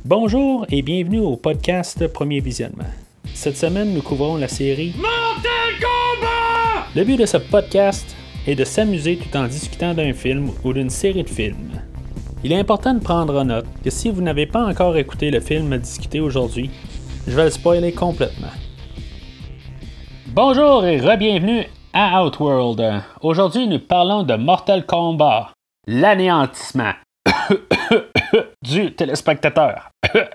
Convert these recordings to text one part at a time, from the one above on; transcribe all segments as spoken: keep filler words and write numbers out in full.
Bonjour et bienvenue au podcast Premier Visionnement. Cette semaine, nous couvrons la série Mortal Kombat! Le but de ce podcast est de s'amuser tout en discutant d'un film ou d'une série de films. Il est important de prendre en note que si vous n'avez pas encore écouté le film à discuter aujourd'hui, je vais le spoiler complètement. Bonjour et re-bienvenue à Outworld. Aujourd'hui, nous parlons de Mortal Kombat, l'anéantissement du téléspectateur.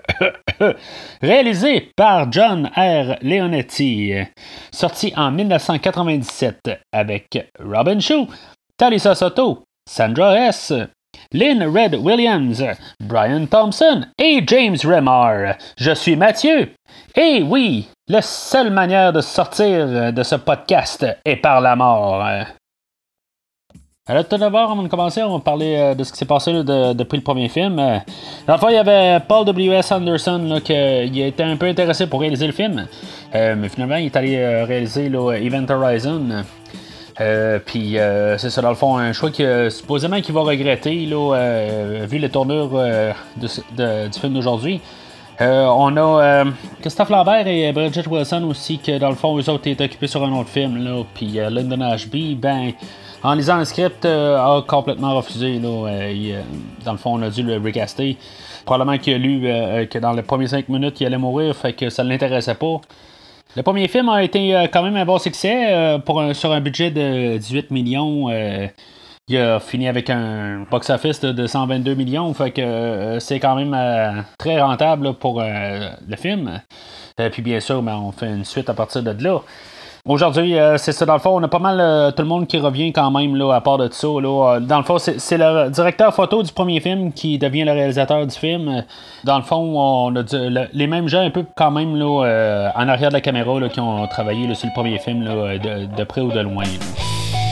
Réalisé par John R. Leonetti, sorti en dix-neuf cent quatre-vingt-dix-sept avec Robin Shou, Talisa Soto, Sandra S., Lynn Red Williams, Brian Thompson et James Remar. Je suis Mathieu. Et oui, la seule manière de sortir de ce podcast est par la mort. Alors, tout d'abord, avant de commencer, on va parler euh, de ce qui s'est passé là, de, depuis le premier film. Euh, dans le fond, il y avait Paul W S. Anderson là, qui il était un peu intéressé pour réaliser le film. Euh, mais finalement, il est allé euh, réaliser là, Event Horizon. Euh, Puis, euh, c'est ça, dans le fond, un choix que supposément qu'il va regretter, là, euh, vu les tournures euh, de, de, du film d'aujourd'hui. Euh, on a euh, Christophe Lambert et Bridget Wilson aussi, que dans le fond, eux autres étaient occupés sur un autre film. Là. Puis, euh, Lyndon Ashby, ben. En lisant le script, euh, a complètement refusé. Là, euh, il, euh, dans le fond, on a dû le recaster. Probablement qu'il a lu euh, que dans les premières cinq minutes, il allait mourir, fait que ça ne l'intéressait pas. Le premier film a été euh, quand même un bon succès. Euh, pour un, sur un budget de dix-huit millions, euh, il a fini avec un box-office de, de cent vingt-deux millions. Fait que euh, c'est quand même euh, très rentable là, pour euh, le film. Euh, puis bien sûr, ben, on fait une suite à partir de là. Aujourd'hui, euh, c'est ça, dans le fond, on a pas mal euh, tout le monde qui revient quand même, là, à part de ça. Là. Dans le fond, c'est, c'est le directeur photo du premier film qui devient le réalisateur du film. Dans le fond, on a du, le, les mêmes gens un peu quand même là, euh, en arrière de la caméra là, qui ont travaillé là, sur le premier film, là, de, de près ou de loin. Là.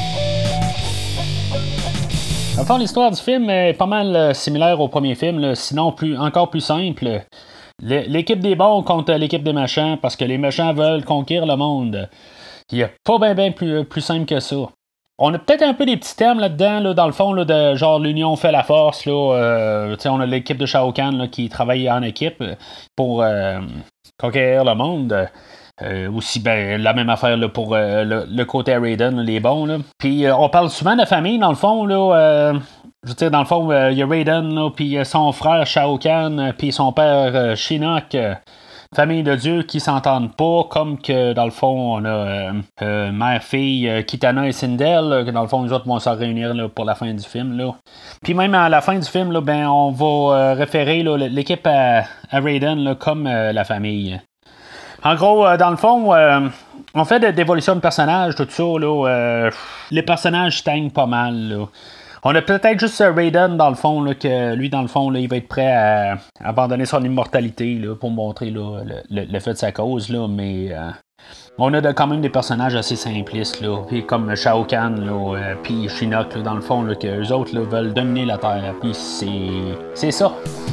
Dans le fond, l'histoire du film est pas mal euh, similaire au premier film, là, sinon plus, encore plus simple. L'équipe des bons contre l'équipe des méchants, parce que les méchants veulent conquérir le monde. Il n'y a pas bien ben plus, plus simple que ça. On a peut-être un peu des petits termes là-dedans, là, dans le fond, là, de genre l'union fait la force. Là, euh, on a l'équipe de Shao Kahn là, qui travaille en équipe pour euh, conquérir le monde. Euh, aussi, ben, la même affaire là, pour euh, le, le côté Raiden, là, les bons. Là. Puis euh, on parle souvent de famille, dans le fond. Là, euh, je veux dire, dans le fond, il euh, y a Raiden, puis son frère Shao Kahn, puis son père euh, Shinnok. Euh, famille de Dieu qui s'entendent pas, comme que dans le fond, on a euh, euh, mère-fille euh, Kitana et Sindel, euh, que dans le fond, les autres vont se réunir là, pour la fin du film. Là. Puis même à la fin du film, là, ben, on va euh, référer là, l'équipe à, à Raiden là, comme euh, la famille. En gros, euh, dans le fond, euh, on fait de, d'évolution de personnages, tout ça. Là, euh, les personnages stagnent pas mal. Là. On a peut-être juste Raiden, dans le fond, là, que lui, dans le fond, là, il va être prêt à, à abandonner son immortalité là, pour montrer là, le, le, le fait de sa cause. Là, mais euh, on a de, quand même des personnages assez simplistes, là, puis comme Shao Kahn, là, euh, puis Shinnok, là, dans le fond, là, que eux autres là, veulent dominer la Terre. Puis c'est, c'est ça.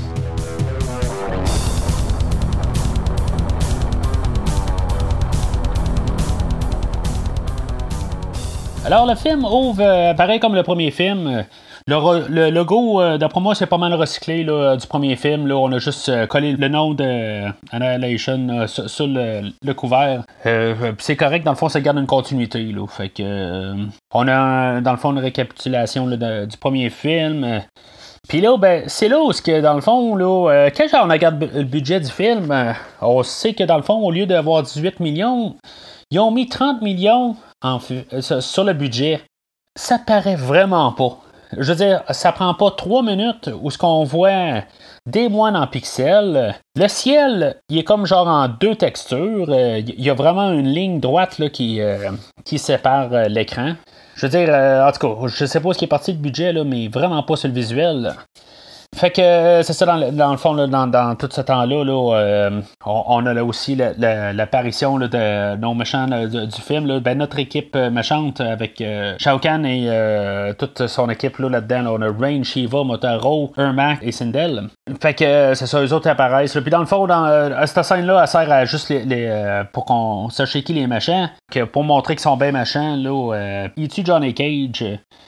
Alors, le film ouvre euh, pareil comme le premier film. Le, re, le logo, euh, d'après moi, c'est pas mal recyclé là, du premier film. Là, on a juste euh, collé le nom de euh, Annihilation euh, sur, sur le, le couvert. Euh, c'est correct, dans le fond, ça garde une continuité. Là, fait que, euh, on a, dans le fond, une récapitulation là, de, du premier film. Puis là, ben, c'est là où, que, dans le fond, là, euh, quand on regarde le budget du film, euh, on sait que, dans le fond, au lieu d'avoir dix-huit millions, ils ont mis trente millions en, euh, sur le budget. Ça paraît vraiment pas. Je veux dire, ça prend pas trois minutes où ce qu'on voit des moines en pixels. Le ciel, il est comme genre en deux textures. Il y a vraiment une ligne droite là, qui, euh, qui sépare euh, l'écran. Je veux dire, euh, en tout cas, je sais pas ce qui est parti du budget, là, mais vraiment pas sur le visuel. Là. Fait que euh, c'est ça, dans le, dans le fond, là, dans, dans tout ce temps-là, là, euh, on, on a là aussi la, la, l'apparition là, de nos méchants là, du, du film. Là, ben, notre équipe euh, méchante avec euh, Shao Kahn et euh, toute son équipe là, là-dedans. Là, on a Rain, Shiva, Motaro, Ermac et Sindel. Fait que euh, c'est ça, eux autres apparaissent. Là. Puis dans le fond, dans, euh, cette scène-là, elle sert à juste les, les, euh, pour qu'on sache qui les méchants. Que pour montrer qu'ils sont bien méchants, là, euh, ils tuent Johnny Cage.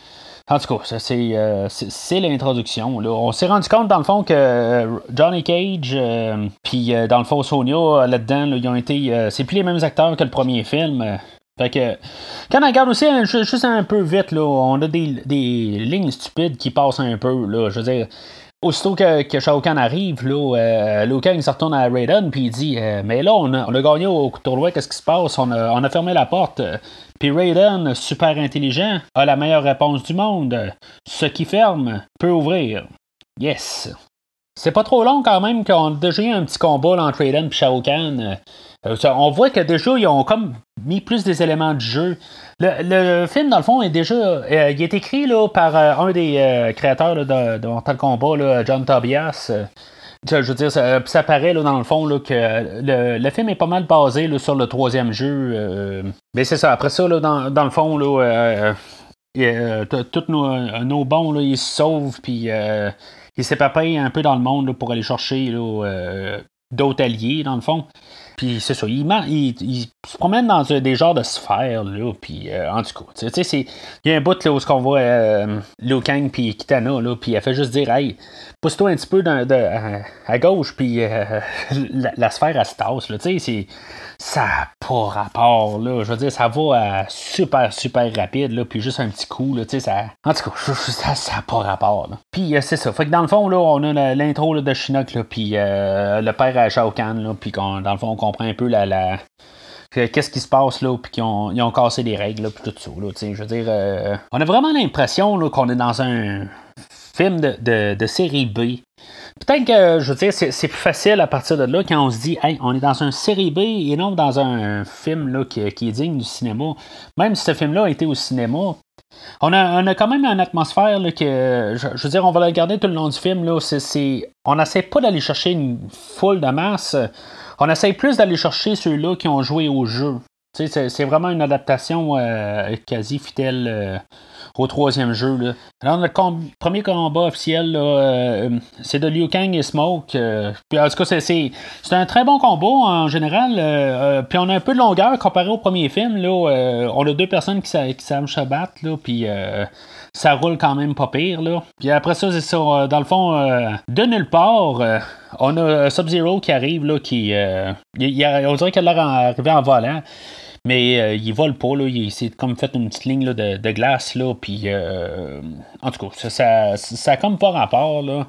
En tout cas, ça, c'est, euh, c'est, c'est l'introduction. Là. On s'est rendu compte, dans le fond, que euh, Johnny Cage, euh, puis euh, dans le fond, Sonia, là-dedans, là, ils ont été. Euh, c'est plus les mêmes acteurs que le premier film. Euh, fait que. Quand on regarde aussi, hein, juste un peu vite, là, on a des, des lignes stupides qui passent un peu. Là, je veux dire. Aussitôt que, que Shao Kahn arrive, là, euh, Liu Kang se retourne à Raiden puis il dit euh, mais là, on a, on a gagné au tournoi, qu'est-ce qui se passe? On a, on a fermé la porte. Puis Raiden, super intelligent, a la meilleure réponse du monde. Ce qui ferme peut ouvrir. Yes! C'est pas trop long quand même qu'on a déjà eu un petit combat là, entre Raiden et Shao Kahn. Euh, on voit que déjà, ils ont comme mis plus des éléments du jeu. Le, le film, dans le fond, est déjà. Euh, il est écrit là, par euh, un des euh, créateurs là, de, de Mortal Kombat, là, John Tobias. Euh, je veux dire, ça, ça paraît là, dans le fond là, que le, le film est pas mal basé là, sur le troisième jeu. Euh, mais c'est ça. Après ça, là, dans, dans le fond, là, euh, euh, tous nos, nos bons, là, ils se sauvent, puis euh, ils s'éparpillent un peu dans le monde là, pour aller chercher là, euh, d'autres alliés, dans le fond. Puis c'est ça, il, il, il se promène dans des genres de sphères, là, puis euh, en tout cas, tu sais, c'est, il y a un bout là où on voit euh, Liu Kang puis Kitana, là, puis elle fait juste dire, hey, pousse-toi un petit peu de, de, à, à gauche, puis euh, la, la sphère, elle se tasse, là, tu sais, c'est, ça n'a pas rapport, là, je veux dire, ça va à super, super rapide, là, puis juste un petit coup, là, tu sais, ça, en tout cas, ça n'a pas rapport, là. Puis euh, c'est ça, fait que dans le fond, là, on a l'intro là, de Shinnok, là, puis euh, le père à Shao Kahn, là, puis dans le fond, on comprend un peu la, la qu'est-ce qui se passe là, puis qu'ils ont, ils ont cassé des règles, là, puis tout ça, là, je veux dire, euh, on a vraiment l'impression là, qu'on est dans un film de, de, de série B. Peut-être que, je veux dire, c'est, c'est plus facile à partir de là quand on se dit, hey, on est dans une série B et non dans un film là, qui, qui est digne du cinéma. Même si ce film-là a été au cinéma, on a, on a quand même une atmosphère là, que, je, je veux dire, on va la regarder tout le long du film. Là, c'est, c'est, on n'essaie pas d'aller chercher une foule de masse. On essaie plus d'aller chercher ceux-là qui ont joué au jeu. C'est, c'est vraiment une adaptation euh, quasi fidèle euh, au troisième jeu. Là. Alors, notre com- premier combat officiel, là, euh, c'est de Liu Kang et Smoke. Euh, puis, en tout cas, c'est, c'est, c'est un très bon combat en général. Euh, euh, puis on a un peu de longueur comparé au premier film. Là, euh, on a deux personnes qui, sa- qui savent se battre. Là, puis euh, ça roule quand même pas pire. Là. Puis après ça, c'est ça. Dans le fond, euh, de nulle part, euh, on a Sub-Zero qui arrive. Là, qui, euh, il, il a, on dirait qu'il a l'air arrivé en volant. Mais euh, il vole pas, là. Il s'est comme fait une petite ligne là, de, de glace, là. Puis, euh, en tout cas, ça, ça, ça a comme pas rapport, là.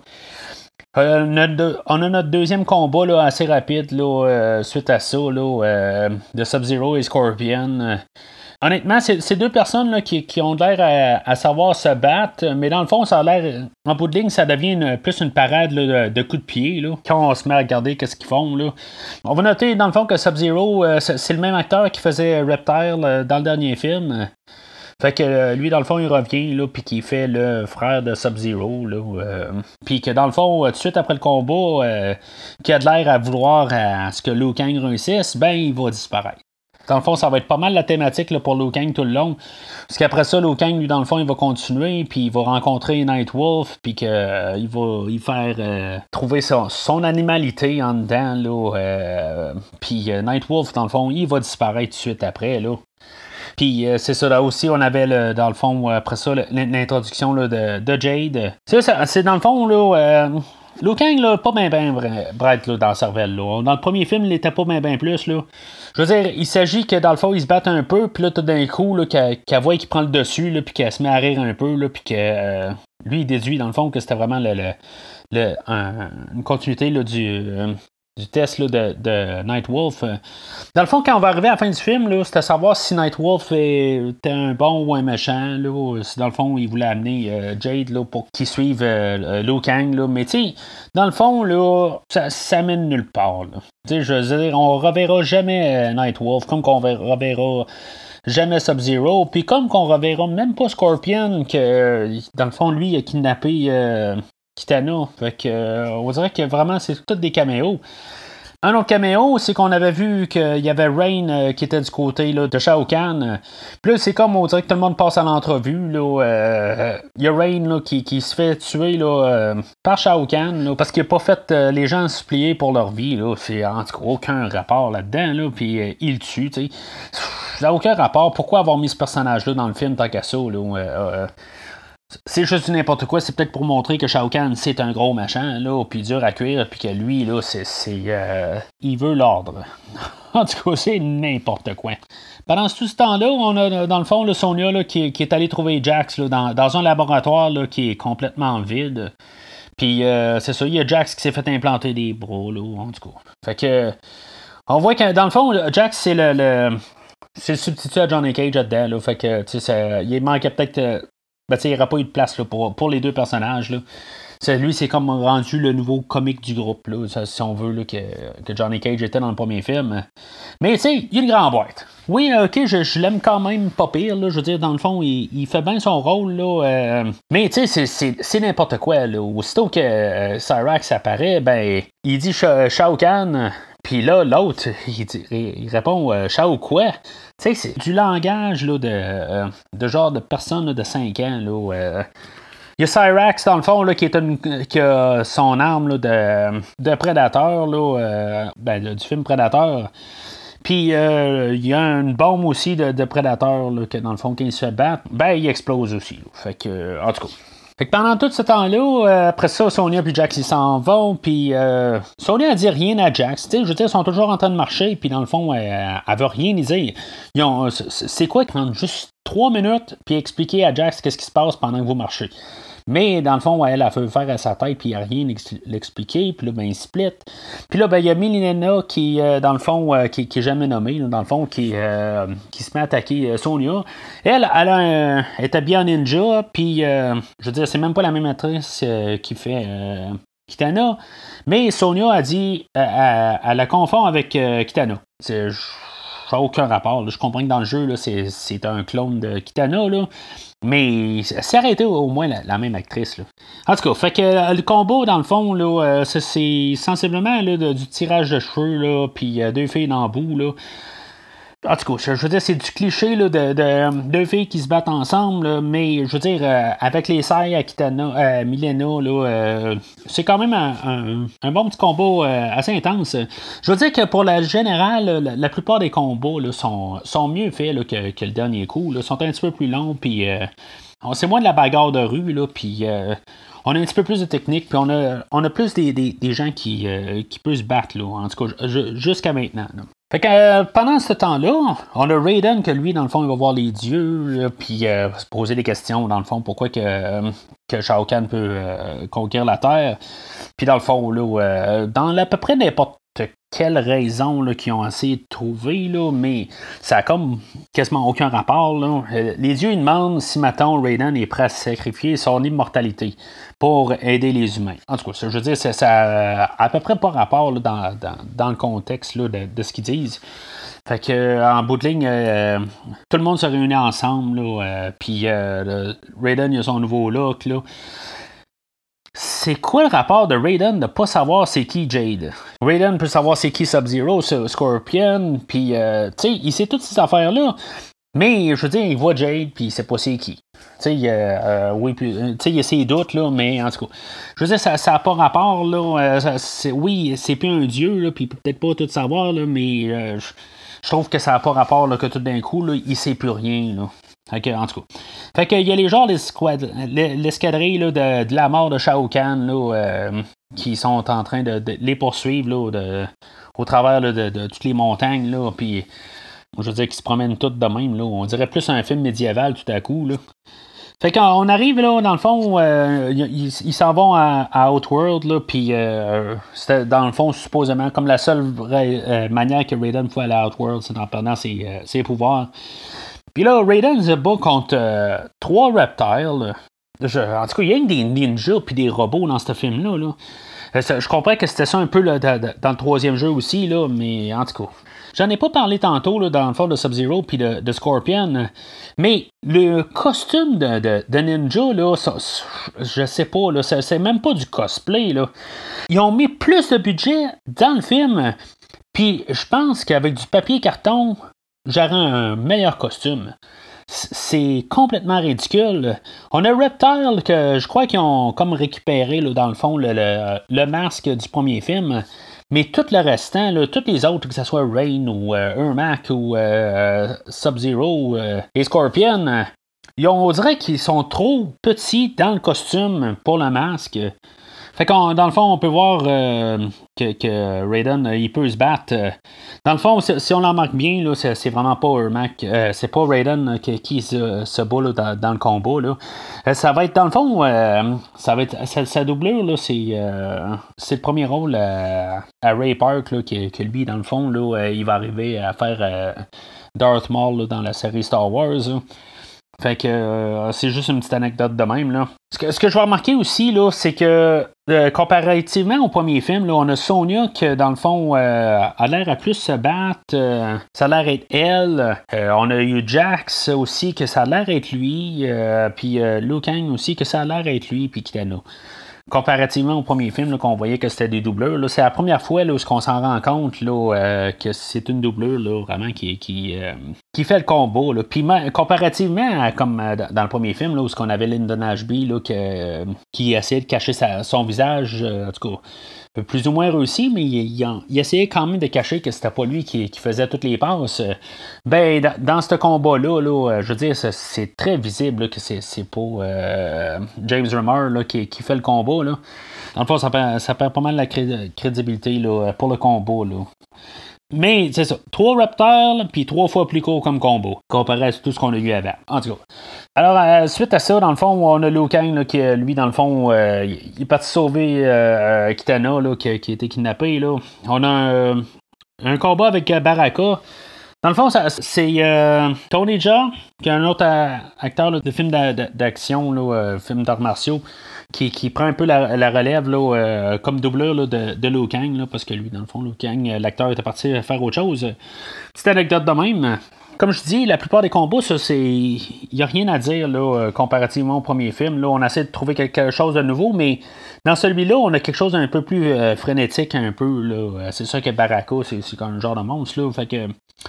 Euh, notre, on a notre deuxième combat là, assez rapide là, euh, suite à ça, là, euh, de Sub-Zero et Scorpion. Honnêtement, c'est, c'est deux personnes là, qui, qui ont l'air à, à savoir se battre, mais dans le fond, ça a l'air. En bout de ligne, ça devient une, plus une parade là, de, de coups de pied. Là, quand on se met à regarder qu'est-ce qu'ils font. Là. On va noter, dans le fond, que Sub-Zero, euh, c'est, c'est le même acteur qui faisait Reptile euh, dans le dernier film. Fait que euh, lui, dans le fond, il revient, là, puis qu'il fait le frère de Sub-Zero, là. Euh, puis que dans le fond, euh, tout de suite après le combat, euh, qui a de l'air à vouloir à, à ce que Liu Kang réussisse, ben, il va disparaître. Dans le fond, ça va être pas mal la thématique là, pour Liu Kang tout le long. Parce qu'après ça, Liu Kang, lui, dans le fond, il va continuer, puis il va rencontrer Nightwolf, puis qu'il euh, va il faire euh, trouver son, son animalité en dedans, là. Euh, puis euh, Nightwolf, dans le fond, il va disparaître tout de suite après, là. Puis euh, c'est ça, là aussi, on avait, le, dans le fond, après ça, l'introduction là, de, de Jade. C'est ça, c'est dans le fond, là... Euh, Liu Kang, là, pas bien ben bright là, dans la cervelle. Là. Dans le premier film, il était pas bien ben plus. Là. Je veux dire, il s'agit que dans le fond, ils se battent un peu, puis là, tout d'un coup, là, qu'elle, qu'elle voit qu'il prend le dessus, là, puis qu'elle se met à rire un peu, là, puis que euh, lui, il déduit, dans le fond, que c'était vraiment le, le, le, un, une continuité là, du, euh, du test là, de, de Nightwolf. Dans le fond, quand on va arriver à la fin du film, là, c'est à savoir si Nightwolf était un bon ou un méchant. Là, si dans le fond, il voulait amener euh, Jade là, pour qu'il suive euh, Liu Kang. Là. Mais tu sais, dans le fond, là, ça, ça mène nulle part. Je veux dire, on reverra jamais Nightwolf, comme qu'on reverra jamais Sub-Zero, puis comme qu'on reverra même pas Scorpion, que dans le fond, lui, il a kidnappé euh, Kitana. Fait que, euh, on dirait que vraiment, c'est tous des caméos. Un autre caméo, c'est qu'on avait vu qu'il y avait Rain euh, qui était du côté là, de Shao Kahn. Puis là, c'est comme on dirait que tout le monde passe à l'entrevue. Là, euh, il y a Rain là, qui, qui se fait tuer là, euh, par Shao Kahn là, parce qu'il n'a pas fait euh, les gens supplier pour leur vie. Là. C'est en tout cas aucun rapport là-dedans. Là, puis euh, il le tue. T'sais. Ça n'a aucun rapport. Pourquoi avoir mis ce personnage-là dans le film tant qu'à ça? Là, euh, euh, c'est juste n'importe quoi. C'est peut-être pour montrer que Shao Kahn, c'est un gros machin, là, puis dur à cuire, puis que lui, là, c'est. c'est euh, il veut l'ordre. En tout cas, c'est n'importe quoi. Pendant tout ce temps-là, on a, dans le fond, là, Sonya, là, qui, qui est allée trouver Jax là, dans, dans un laboratoire là, qui est complètement vide. Puis, euh, c'est ça, il y a Jax qui s'est fait implanter des bras, là, en tout cas. Fait que. On voit que, dans le fond, Jax, c'est le. le c'est le substitut à Johnny Cage là-dedans, là. Fait que, tu sais, il manquait peut-être. Euh, ben, tu sais, il n'y aura pas eu de place là, pour, pour les deux personnages, là. C'est, lui, c'est comme rendu le nouveau comique du groupe, là, ça, si on veut, là, que, que Johnny Cage était dans le premier film. Mais, tu sais, il y a une grande boîte. Oui, ok, je, je l'aime quand même pas pire, là, je veux dire, dans le fond, il, il fait bien son rôle, là. Euh, mais, tu sais, c'est, c'est, c'est n'importe quoi, là. Aussitôt que euh, Cyrax apparaît, ben, il dit Shao Kahn, puis là, l'autre, il, dit, il répond euh, Shao quoi? Tu sais, c'est du langage, là, de, euh, de genre de personne là, de cinq ans, là. Euh, Il y a Cyrax, dans le fond, là, qui, est une, qui a son arme là, de, de Predator, là, euh, ben, du film Predator. Puis, euh, il y a une bombe aussi de, de Predator, là, que dans le fond, quand il se fait battre, ben, il explose aussi. Là. Fait que, en tout cas. Fait que pendant tout ce temps-là, euh, après ça, Sonya et Jax, ils s'en vont, puis euh, Sonya, elle dit rien à Jax. Tu sais, je veux dire, ils sont toujours en train de marcher, puis dans le fond, elle, elle veut rien y dire. Ils ont, c'est quoi prendre juste trois minutes, puis expliquer à Jax qu'est-ce qui se passe pendant que vous marchez. Mais dans le fond, elle a fait faire à sa tête, puis il n'y a rien l'expliquer, puis là, ben, il split. Puis là, ben, il y a Mileena qui, euh, dans le fond, euh, qui, qui est jamais nommée, dans le fond, qui, euh, qui se met à attaquer euh, Sonya. Elle, elle, a un, elle est habillée en ninja, puis, euh, je veux dire, c'est même pas la même actrice euh, qui fait euh, Kitana, mais Sonya a dit, euh, elle, elle la confond avec euh, Kitana. C'est, ça n'a aucun rapport. Là. Je comprends que dans le jeu, là, c'est, c'est un clone de Kitana, là. Mais c'est arrêté au moins la, la même actrice. Là. En tout cas, fait que euh, le combo, dans le fond, là, euh, c'est, c'est sensiblement là, de, du tirage de cheveux, là, puis euh, deux filles dans le bout, là. En tout cas, je, je veux dire, c'est du cliché là, de, de deux filles qui se battent ensemble, là, mais je veux dire, euh, avec les sailles à Kitana, euh, Mileena, là, euh, c'est quand même un, un, un bon petit combo euh, assez intense. Je veux dire que pour la générale, la, la plupart des combos là, sont, sont mieux faits là, que, que le dernier coup. Là, sont un petit peu plus longs, puis euh, c'est moins de la bagarre de rue, là, puis euh, on a un petit peu plus de technique, puis on a, on a plus des, des, des gens qui, euh, qui peuvent se battre, là, en tout cas, je, jusqu'à maintenant. Là. Fait que euh, pendant ce temps-là, on a Raiden que lui, dans le fond, il va voir les dieux, puis euh, se poser des questions, dans le fond, pourquoi que, euh, que Shao Kahn peut euh, conquérir la Terre. Puis dans le fond, là, euh, dans à peu près n'importe quelle raison là, qu'ils ont essayé de trouver, là, mais ça a comme quasiment aucun rapport. Là. Les dieux ils demandent si maintenant Raiden est prêt à sacrifier son immortalité pour aider les humains. En tout cas, je veux dire, ça, ça a à peu près pas rapport là, dans, dans, dans le contexte là, de, de ce qu'ils disent. Fait que en bout de ligne, euh, tout le monde se réunit ensemble, euh, puis euh, Raiden il a son nouveau look. Là. C'est quoi le rapport de Raiden de ne pas savoir c'est qui Jade? Raiden peut savoir c'est qui Sub-Zero, Scorpion, puis euh, tu sais, il sait toutes ces affaires-là. Mais je veux dire, il voit Jade, puis il sait pas c'est qui. Tu sais, euh, euh, oui, puis, tu sais, il y a ses doutes, là, mais en tout cas, je veux dire, ça n'a pas rapport, là. Euh, ça, c'est, oui, c'est plus un dieu, là, puis il peut peut-être pas tout savoir, là, mais euh, je, je trouve que ça n'a pas rapport, là, que tout d'un coup, là, il sait plus rien, là. Okay, en tout cas. Fait qu'il y a les genres l'escadrille là, de, de la mort de Shao Kahn là, euh, qui sont en train de, de les poursuivre là, de, au travers là, de, de toutes les montagnes. Là, puis, je veux dire qu'ils se promènent toutes de même. Là, on dirait plus un film médiéval tout à coup. Là. Fait qu'on arrive là, dans le fond, euh, ils, ils s'en vont à, à Outworld, là, puis euh, c'était dans le fond supposément comme la seule vraie euh, manière que Raiden pouvait aller à Outworld, c'est en perdant ses, euh, ses pouvoirs. Puis là, Raiden se bat contre euh, trois reptiles. Je, en tout cas, il y a des ninjas puis des robots dans ce film-là. Là. Euh, je comprends que c'était ça un peu là, de, de, dans le troisième jeu aussi, là, mais en tout cas. J'en ai pas parlé tantôt là, dans le fond de Sub-Zero puis de, de Scorpion, mais le costume de, de, de ninja, là, ça, je sais pas, là, ça, c'est même pas du cosplay. Là. Ils ont mis plus de budget dans le film, puis je pense qu'avec du papier carton, j'aurais un meilleur costume. C'est complètement ridicule. On a Reptile que je crois qu'ils ont comme récupéré là, dans le fond le, le, le masque du premier film. Mais tout le restant, là, tous les autres, que ce soit Rain ou euh, Ermac ou euh, Sub-Zero euh, et Scorpion, ils ont, on dirait qu'ils sont trop petits dans le costume pour le masque. Fait qu'on, dans le fond, on peut voir euh, que, que Raiden, euh, il peut se battre. Euh, dans le fond, si, si on l'en remarque bien, là, c'est, c'est vraiment pas Ermac, euh, c'est pas Raiden euh, qui, qui se, se bat là, dans, dans le combat. Là. Euh, ça va être, dans le fond, euh, ça va être sa, sa doublure, là, c'est, euh, c'est le premier rôle à, à Ray Park, là, que, que lui, dans le fond, là, euh, il va arriver à faire euh, Darth Maul là, dans la série Star Wars. Là. Fait que euh, c'est juste une petite anecdote de même. Là. Ce, que, ce que je vais remarquer aussi, là, c'est que euh, comparativement au premier film, là, on a Sonya qui, dans le fond, euh, a l'air à plus se battre. Euh, ça a l'air être elle. Euh, on a eu Jax aussi, que ça a l'air être lui. Euh, puis euh, Liu Kang aussi, que ça a l'air être lui. Puis Kitana. Comparativement au premier film, là, qu'on voyait que c'était des doubleurs, là, c'est la première fois là, où on s'en rend compte là, euh, que c'est une doubleur là, vraiment qui, qui, euh, qui fait le combo. Là. Puis comparativement à comme euh, dans le premier film, là, où on avait Lyndon Ashby là, que, euh, qui essayait de cacher sa, son visage, euh, en tout cas, plus ou moins réussi, mais il, il, il essayait quand même de cacher que c'était pas lui qui, qui faisait toutes les passes. Ben, dans, dans ce combat-là, là, je veux dire, c'est, c'est très visible là, que c'est, c'est pas euh, James Remar là, qui, qui fait le combat. Là. Dans le fond, ça perd, ça perd pas mal la cré- crédibilité là, pour le combat. Là. Mais c'est ça, trois Reptiles, puis trois fois plus court comme combo, comparé à tout ce qu'on a eu avant. En tout cas. Alors, euh, suite à ça, dans le fond, on a Liu Kang, là, qui, lui, dans le fond, euh, il est parti sauver euh, Kitana, là, qui, qui a été kidnappé, là. On a un, un combat avec euh, Baraka. Dans le fond, ça, c'est euh, Tony Jaa, qui est un autre euh, acteur là, de film d'a, d'action, là, euh, film d'arts martiaux, qui, qui prend un peu la, la relève là, euh, comme doubleur là, de, de Liu Kang, là, parce que lui, dans le fond, Liu Kang, l'acteur était parti faire autre chose. Petite anecdote de même. Comme je dis, la plupart des combats, ça, c'est. Il n'y a rien à dire là, comparativement au premier film. Là, on essaie de trouver quelque chose de nouveau, mais dans celui-là, on a quelque chose d'un peu plus euh, frénétique, un peu. Là. C'est sûr que Baraka, c'est, c'est comme un genre de monstre. Là, fait que.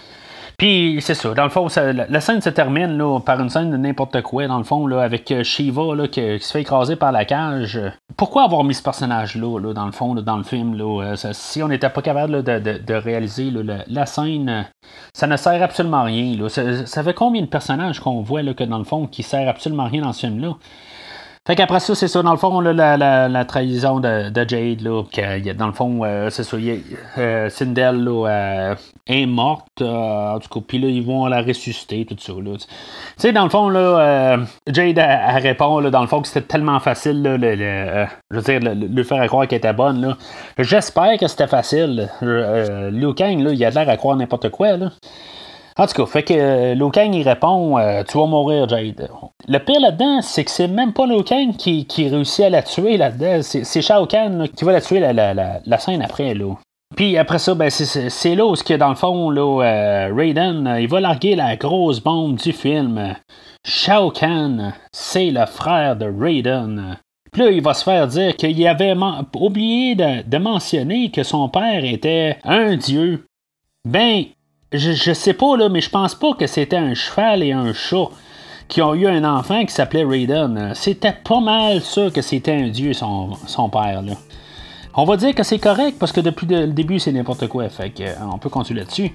Puis, c'est ça. Dans le fond, ça, la, la scène se termine là, par une scène de n'importe quoi, dans le fond, là, avec euh, Shiva là, qui, qui se fait écraser par la cage. Pourquoi avoir mis ce personnage-là, là, dans le fond, là, dans le film? Là, euh, ça, si on n'était pas capable là, de, de, de réaliser là, la, la scène, ça ne sert absolument à rien. Là. Ça, ça fait combien de personnages qu'on voit là, que, dans le fond, qui ne sert absolument à rien dans ce film-là? Fait qu'après ça, c'est ça, dans le fond, là, la, la, la trahison de, de Jade, là, que, dans le fond, euh, c'est ça, euh, Sindel, là, euh, est morte, euh, en tout cas, puis là, ils vont la ressusciter, tout ça, là. Tu sais, dans le fond, là, euh, Jade, elle, elle répond, là, dans le fond, que c'était tellement facile, là, le, le, euh, je veux dire, le, le faire croire qu'elle était bonne, là. J'espère que c'était facile. Euh, Liu Kang, là, il a l'air à croire n'importe quoi, là. En tout cas, fait que euh, Liu Kang, il répond euh, tu vas mourir, Jade. Le pire là-dedans, c'est que c'est même pas Liu Kang qui, qui réussit à la tuer là-dedans. C'est, c'est Shao Kahn là, qui va la tuer la, la, la, la scène après, là. Puis après ça, ben, c'est, c'est, c'est là où, que, dans le fond, là, euh, Raiden, euh, il va larguer la grosse bombe du film. Shao Kahn, c'est le frère de Raiden. Puis là, il va se faire dire qu'il avait man- oublié de, de mentionner que son père était un dieu. Ben, Je, je sais pas, là, mais je pense pas que c'était un cheval et un chat qui ont eu un enfant qui s'appelait Raiden. C'était pas mal sûr que c'était un dieu, son, son père, là. On va dire que c'est correct, parce que depuis le début, c'est n'importe quoi. Fait que, on peut continuer là-dessus.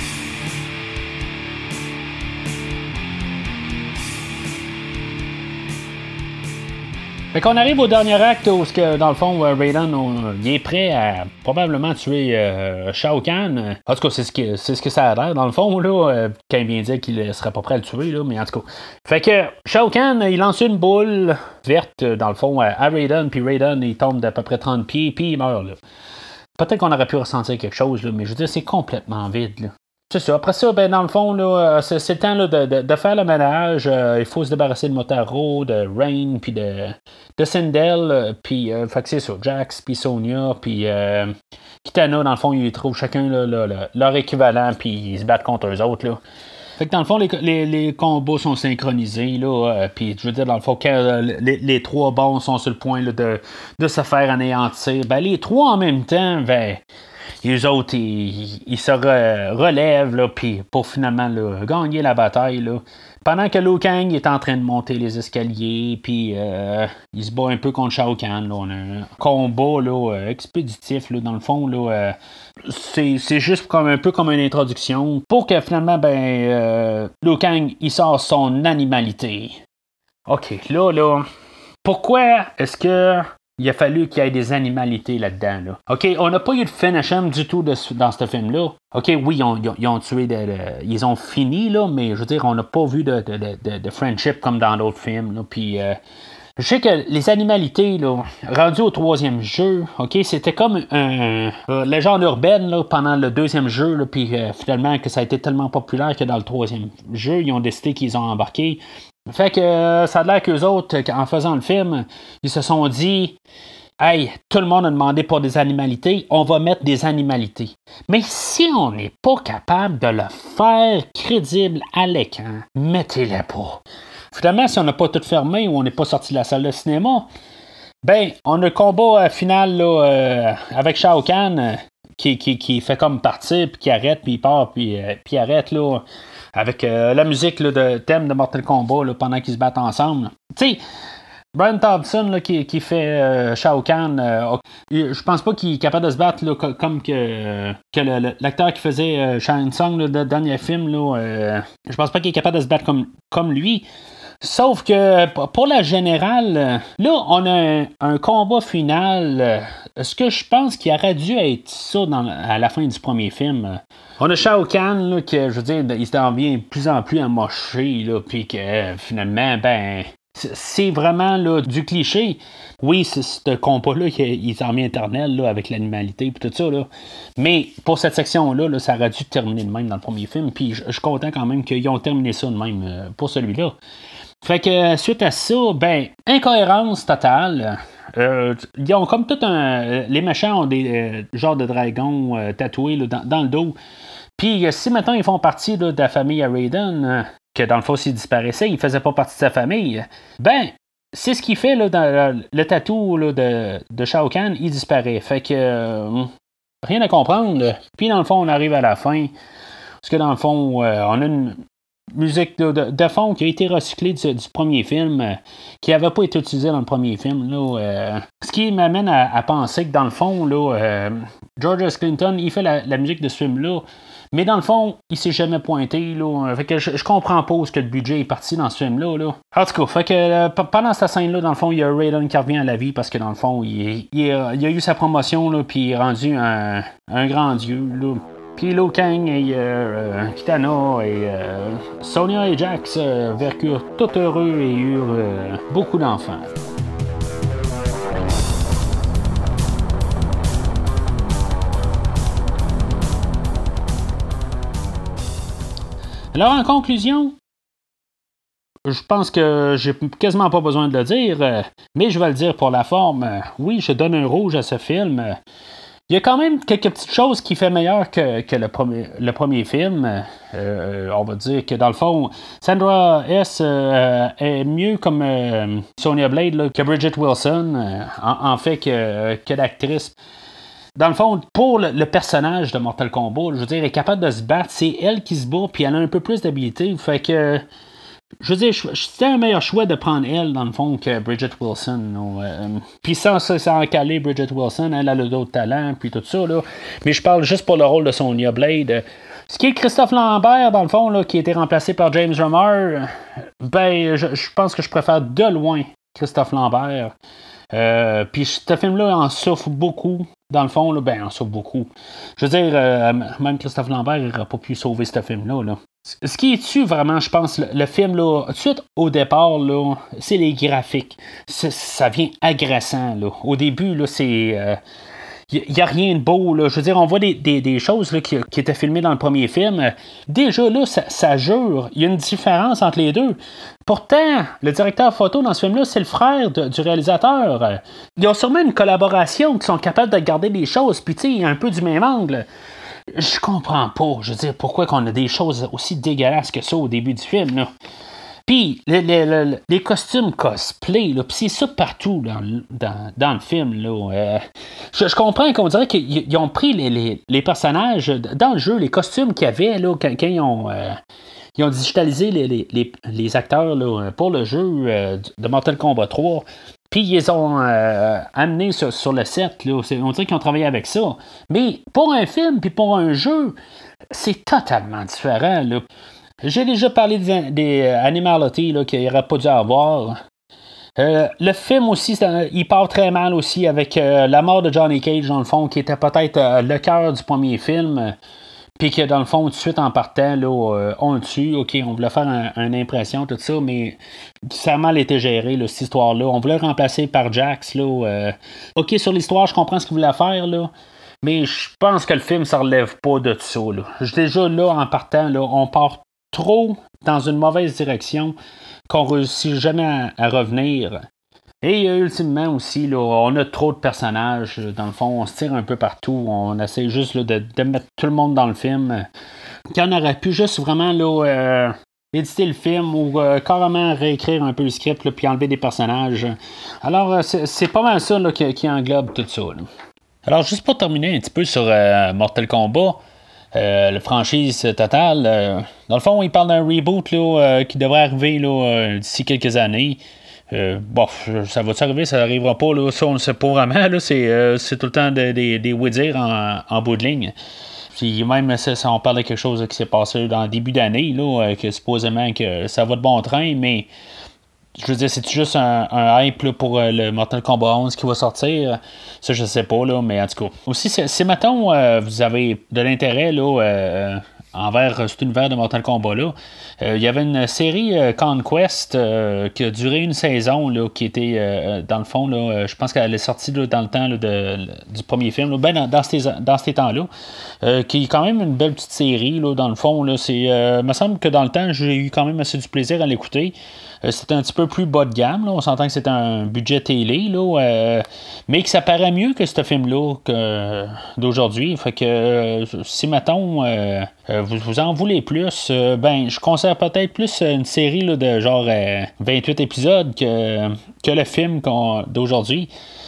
Fait qu'on arrive au dernier acte où, dans le fond, Raiden on, il est prêt à probablement tuer euh, Shao Kahn. En tout cas, c'est ce, que, c'est ce que ça a l'air, dans le fond, là, euh, quand il vient dire qu'il serait pas prêt à le tuer, là, mais en tout cas. Fait que Shao Kahn, il lance une boule verte, dans le fond, à Raiden, puis Raiden, il tombe d'à peu près trente pieds, puis il meurt, là. Peut-être qu'on aurait pu ressentir quelque chose, là, mais je veux dire, c'est complètement vide, là. C'est ça. Après ça, ben, dans le fond, là, c'est, c'est le temps là, de, de, de faire le ménage. Euh, il faut se débarrasser de Motaro, de Rain, puis de, de Sindel. Euh, puis, euh, fait que c'est ça. Jax, puis Sonya, puis euh, Kitana, dans le fond, ils trouvent chacun là, là, là, leur équivalent, puis ils se battent contre eux autres. Là. Fait que dans le fond, les, les, les combats sont synchronisés, là, euh, puis je veux dire, dans le fond, quand euh, les, les trois bons sont sur le point là, de, de se faire anéantir, ben les trois en même temps, ben... les autres, ils, ils se re- relèvent, là, puis pour finalement là, gagner la bataille, là. Pendant que Liu Kang est en train de monter les escaliers, puis euh, il se bat un peu contre Shao Kahn. Là. On a un combat là, euh, expéditif, là, dans le fond. Là, euh, c'est, c'est juste comme un peu comme une introduction pour que finalement, ben, euh, Liu Kang, il sort son animalité. OK, là, là, pourquoi est-ce que il a fallu qu'il y ait des animalités là-dedans. Là. OK, on n'a pas eu de finish him du tout de, dans ce film-là. OK, oui, ils ont, ils ont, ils ont tué, de, de, ils ont fini, là, mais je veux dire, on n'a pas vu de, de, de, de friendship comme dans d'autres films. Là. Puis, euh, je sais que les animalités, là, rendues au troisième jeu, OK, c'était comme un, une légende urbaine là, pendant le deuxième jeu, là, puis euh, finalement, que ça a été tellement populaire que dans le troisième jeu, ils ont décidé qu'ils ont embarqué. Fait que euh, ça a l'air qu'eux autres, en faisant le film, ils se sont dit hey, tout le monde a demandé pour des animalités, on va mettre des animalités. Mais si on n'est pas capable de le faire crédible à l'écran, mettez-les pas. Finalement, si on n'a pas tout fermé ou on n'est pas sorti de la salle de cinéma, ben, on a le combat final là, euh, avec Shao Kahn euh, qui, qui, qui fait comme partir, puis qui arrête, puis il part, puis euh, il arrête là. Avec euh, la musique là, de thème de Mortal Kombat là, pendant qu'ils se battent ensemble. Tu sais, Brian Thompson là, qui, qui fait euh, Shao Kahn, euh, je pense pas qu'il est capable de se battre là, comme que, euh, que le, le, l'acteur qui faisait euh, Shang Tsung, le dernier film, là, euh, je pense pas qu'il est capable de se battre comme, comme lui. Sauf que pour la générale, là, on a un, un combat final. Ce que je pense qu'il aurait dû être ça dans, à la fin du premier film. On a Shao Kahn, là, que, je veux dire, il s'en vient de plus en plus amoché, là, puis que finalement, ben, c'est vraiment là, du cliché. Oui, c'est ce combat-là, il s'en vient éternel là, avec l'animalité et tout ça. Là. Mais pour cette section-là, là, ça aurait dû terminer de même dans le premier film. Puis je suis content quand même qu'ils ont terminé ça de même euh, pour celui-là. Fait que suite à ça, ben, incohérence totale. Euh, ils ont comme tout un. Les méchants ont des euh, genres de dragons euh, tatoués là, dans, dans le dos. Puis si maintenant ils font partie là, de la famille à Raiden, euh, que dans le fond s'il disparaissait, il faisait pas partie de sa famille, ben, c'est ce qui fait là, dans le, le tatou là, de, de Shao Kahn, il disparaît. Fait que euh, rien à comprendre. Puis dans le fond, on arrive à la fin. Parce que dans le fond, euh, on a une musique de, de, de fond qui a été recyclée du, du premier film, euh, qui n'avait pas été utilisée dans le premier film. Là, euh, ce qui m'amène à, à penser que dans le fond, là, euh, George S. Clinton, il fait la, la musique de ce film-là, mais dans le fond, il s'est jamais pointé. Là, fait que je, je comprends pas où ce que le budget est parti dans ce film-là. Là. En tout cas, fait que, euh, pendant cette scène-là, dans le fond, il y a Raiden qui revient à la vie parce que dans le fond, il, il, il, a, il a eu sa promotion, là, puis il est rendu un, un grand dieu. Là. Puis Liu Kang et euh, Kitana et euh, Sonya et Jax euh, vécurent tout heureux et eurent euh, beaucoup d'enfants. Alors en conclusion, je pense que j'ai quasiment pas besoin de le dire, euh, mais je vais le dire pour la forme. Oui, je donne un rouge à ce film. Il y a quand même quelques petites choses qui fait meilleur que, que le, premier, le premier film. Euh, on va dire que dans le fond, Sandra S euh, est mieux comme euh, Sonya Blade là, que Bridget Wilson, euh, en, en fait que, que l'actrice. Dans le fond, pour le, le personnage de Mortal Kombat, je veux dire, elle est capable de se battre. C'est elle qui se bat, puis elle a un peu plus d'habileté. Fait que, je veux dire, c'était un meilleur choix de prendre elle, dans le fond, que Bridget Wilson. Euh, puis sans ça, sans caler Bridget Wilson, elle a d'autres talents, puis tout ça. Là. Mais je parle juste pour le rôle de Sonya Blade. Ce qui est Christophe Lambert, dans le fond, là, qui a été remplacé par James Remar, ben, je, je pense que je préfère de loin Christophe Lambert. Euh, puis ce film-là en souffre beaucoup. Dans le fond, là, ben, en souffre beaucoup. Je veux dire, euh, même Christophe Lambert n'aurait pas pu sauver ce film-là. Là. Ce qui est dessus, vraiment, je pense, le, le film, là, tout de suite, au départ, là, c'est les graphiques. C'est, ça vient agressant. Là. Au début, là, c'est... Euh, il n'y a rien de beau. Là. Je veux dire, on voit des, des, des choses là, qui, qui étaient filmées dans le premier film. Déjà, là, ça, ça jure. Il y a une différence entre les deux. Pourtant, le directeur photo dans ce film-là, c'est le frère de, du réalisateur. Ils ont sûrement une collaboration qui sont capables de garder des choses, puis tu sais, un peu du même angle. Je comprends pas. Je veux dire, pourquoi qu'on a des choses aussi dégueulasses que ça au début du film, là. Puis les, les, les costumes cosplay, là, puis c'est ça partout dans, dans, dans le film. Là. Euh, je, je comprends qu'on dirait qu'ils ont pris les, les, les personnages dans le jeu, les costumes qu'il y avait là, quand, quand ils ont... Euh, Ils ont digitalisé les, les, les, les acteurs là, pour le jeu euh, de Mortal Kombat trois. Puis ils les ont euh, amenés sur, sur le set. Là. On dirait qu'ils ont travaillé avec ça. Mais pour un film puis pour un jeu, c'est totalement différent. Là. J'ai déjà parlé des, des animalités là, qu'il n'aurait pas dû avoir. Euh, le film aussi, il part très mal aussi avec euh, la mort de Johnny Cage, dans le fond, qui était peut-être euh, le cœur du premier film. Puis que dans le fond, tout de suite en partant, là, euh, on le tue. OK, on voulait faire un, une impression, tout ça, mais ça a mal été géré, là, cette histoire-là. On voulait le remplacer par Jax. Là, euh, OK, sur l'histoire, je comprends ce qu'il voulait faire, là, mais je pense que le film ne se relève pas de tout ça. Là. Déjà, là, en partant, là, on part trop dans une mauvaise direction qu'on ne réussit jamais à, à revenir. Et euh, ultimement aussi, là, on a trop de personnages. Dans le fond, on se tire un peu partout. On essaie juste là, de, de mettre tout le monde dans le film. Qu'on aurait pu juste vraiment là, euh, éditer le film ou euh, carrément réécrire un peu le script là, puis enlever des personnages. Alors, euh, c'est, c'est pas mal ça là, qui, qui englobe tout ça. Là. Alors, juste pour terminer un petit peu sur euh, Mortal Kombat, euh, la franchise totale, euh, dans le fond, il parle d'un reboot là, euh, qui devrait arriver là, euh, d'ici quelques années. Euh, bon, ça va-tu arriver, ça n'arrivera pas, là, ça on ne sait pas vraiment, là, c'est, euh, c'est tout le temps des de, de, de oui-dire en, en bout de ligne. Puis même, ça, ça, on parle de quelque chose qui s'est passé dans le début d'année, là, que supposément que ça va de bon train, mais je veux dire, c'est juste un, un hype là, pour euh, le Mortal Kombat onze qui va sortir, ça je sais pas, là, mais en tout cas. Aussi, si, si mettons, euh, vous avez de l'intérêt, là, euh, envers cet univers de Mortal Kombat-là. Euh, il y avait une série euh, Conquest euh, qui a duré une saison, là, qui était, euh, dans le fond, là, euh, je pense qu'elle est sortie là, dans le temps là, de, du premier film, là, ben, dans, dans, ces, dans ces temps-là, euh, qui est quand même une belle petite série, là, dans le fond. Là, c'est, euh, me semble que dans le temps, j'ai eu quand même assez du plaisir à l'écouter. Euh, c'était un petit peu plus bas de gamme, là. On s'entend que c'est un budget télé, là, euh, mais que ça paraît mieux que ce film-là que, euh, d'aujourd'hui. Fait que euh, si, mettons, euh, vous, vous en voulez plus, euh, ben, je conseille peut-être plus une série là, de genre euh, vingt-huit épisodes que, que le film qu'on, d'aujourd'hui.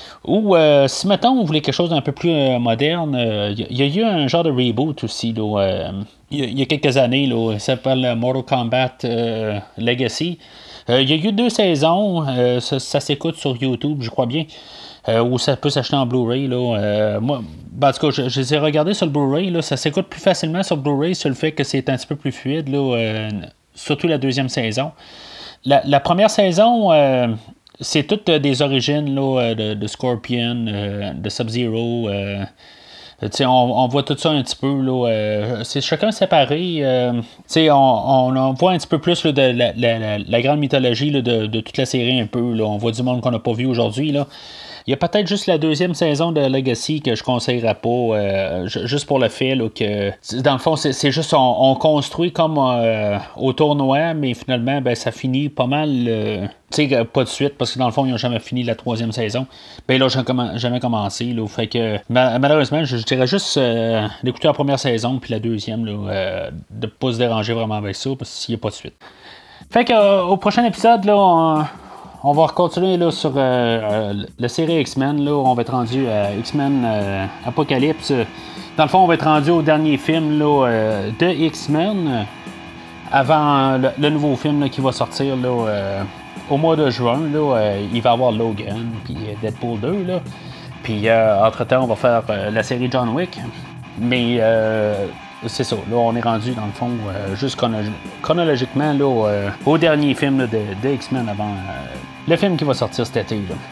Ou euh, si, mettons, vous voulez quelque chose d'un peu plus euh, moderne, il euh, y, y a eu un genre de reboot aussi, là, euh, il y, y a quelques années, là, il s'appelle Mortal Kombat euh, Legacy. Il euh, y a eu deux saisons, euh, ça, ça s'écoute sur YouTube, je crois bien, euh, ou ça peut s'acheter en Blu-ray. Là, euh, moi, ben, en tout cas, je, je les ai regardés sur le Blu-ray, là, ça s'écoute plus facilement sur le Blu-ray sur le fait que c'est un petit peu plus fluide, là, euh, surtout la deuxième saison. La, la première saison, euh, c'est toutes des origines là, de, de Scorpion, euh, de Sub-Zero. Euh, on, on voit tout ça un petit peu. Là, euh, c'est chacun séparé. Euh, on, on, on voit un petit peu plus là, de la, la, la, la grande mythologie là, de, de toute la série un peu. Là. On voit du monde qu'on n'a pas vu aujourd'hui. Là. Il y a peut-être juste la deuxième saison de Legacy que je conseillerais pas, euh, juste pour le fait là, que, dans le fond, c'est, c'est juste, on, on construit comme euh, au tournoi, mais finalement, ben, ça finit pas mal, euh, tu sais, pas de suite, parce que dans le fond, ils n'ont jamais fini la troisième saison. Ben là, j'ai jamais commencé, là, fait que, malheureusement, je, je dirais juste euh, d'écouter la première saison, puis la deuxième, là, euh, de pas se déranger vraiment avec ça, parce qu'il n'y a pas de suite. Fait que, euh, au prochain épisode, là, on... On va continuer là, sur euh, euh, la série X-Men. Là, on va être rendu à X-Men euh, Apocalypse. Dans le fond, on va être rendu au dernier film là, euh, de X-Men avant le, le nouveau film là, qui va sortir là, euh, au mois de juin. Là, euh, il va y avoir Logan puis Deadpool deux. Là. Puis euh, entre-temps, on va faire euh, la série John Wick. Mais euh, c'est ça, là on est rendu dans le fond euh, juste chrono- chronologiquement là, euh, au dernier film là, de, de X-Men avant euh, le film qui va sortir cet été. Là.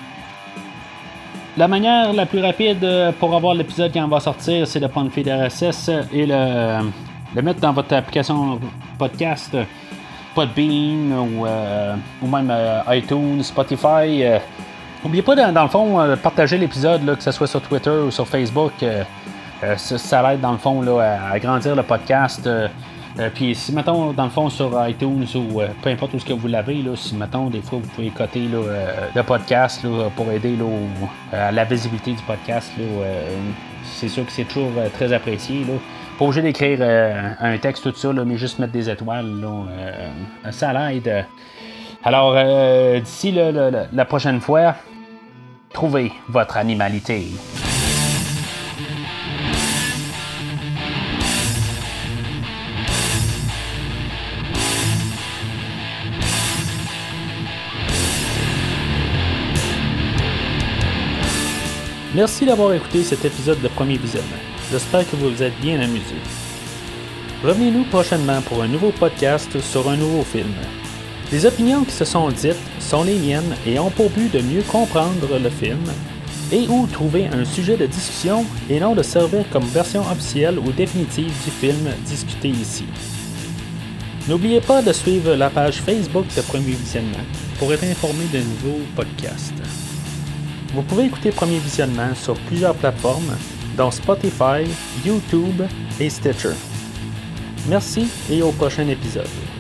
La manière la plus rapide pour avoir l'épisode qui en va sortir, c'est de prendre le feed R S S et le, le mettre dans votre application podcast Podbean ou, euh, ou même euh, iTunes, Spotify. Euh, N'oubliez pas dans, dans le fond de partager l'épisode, là, que ce soit sur Twitter ou sur Facebook. Euh, Euh, ça, ça aide dans le fond là, à agrandir le podcast. Euh, euh, puis si mettons dans le fond sur iTunes ou euh, peu importe où ce que vous l'avez, là, si mettons des fois vous pouvez coter là, euh, le podcast là, pour aider là, au, à la visibilité du podcast. Là, euh, c'est sûr que c'est toujours euh, très apprécié. Là. Pas obligé d'écrire euh, un texte, tout ça, là, mais juste mettre des étoiles. Là, euh, ça l'aide. Alors, euh, d'ici là, la, la, la prochaine fois, trouvez votre animalité. Merci d'avoir écouté cet épisode de Premier Visionnement. J'espère que vous vous êtes bien amusés. Revenez-nous prochainement pour un nouveau podcast sur un nouveau film. Les opinions qui se sont dites sont les miennes et ont pour but de mieux comprendre le film et ou trouver un sujet de discussion et non de servir comme version officielle ou définitive du film discuté ici. N'oubliez pas de suivre la page Facebook de Premier Visionnement pour être informé de nouveaux podcasts. Vous pouvez écouter Premier Visionnement sur plusieurs plateformes, dont Spotify, YouTube et Stitcher. Merci et au prochain épisode.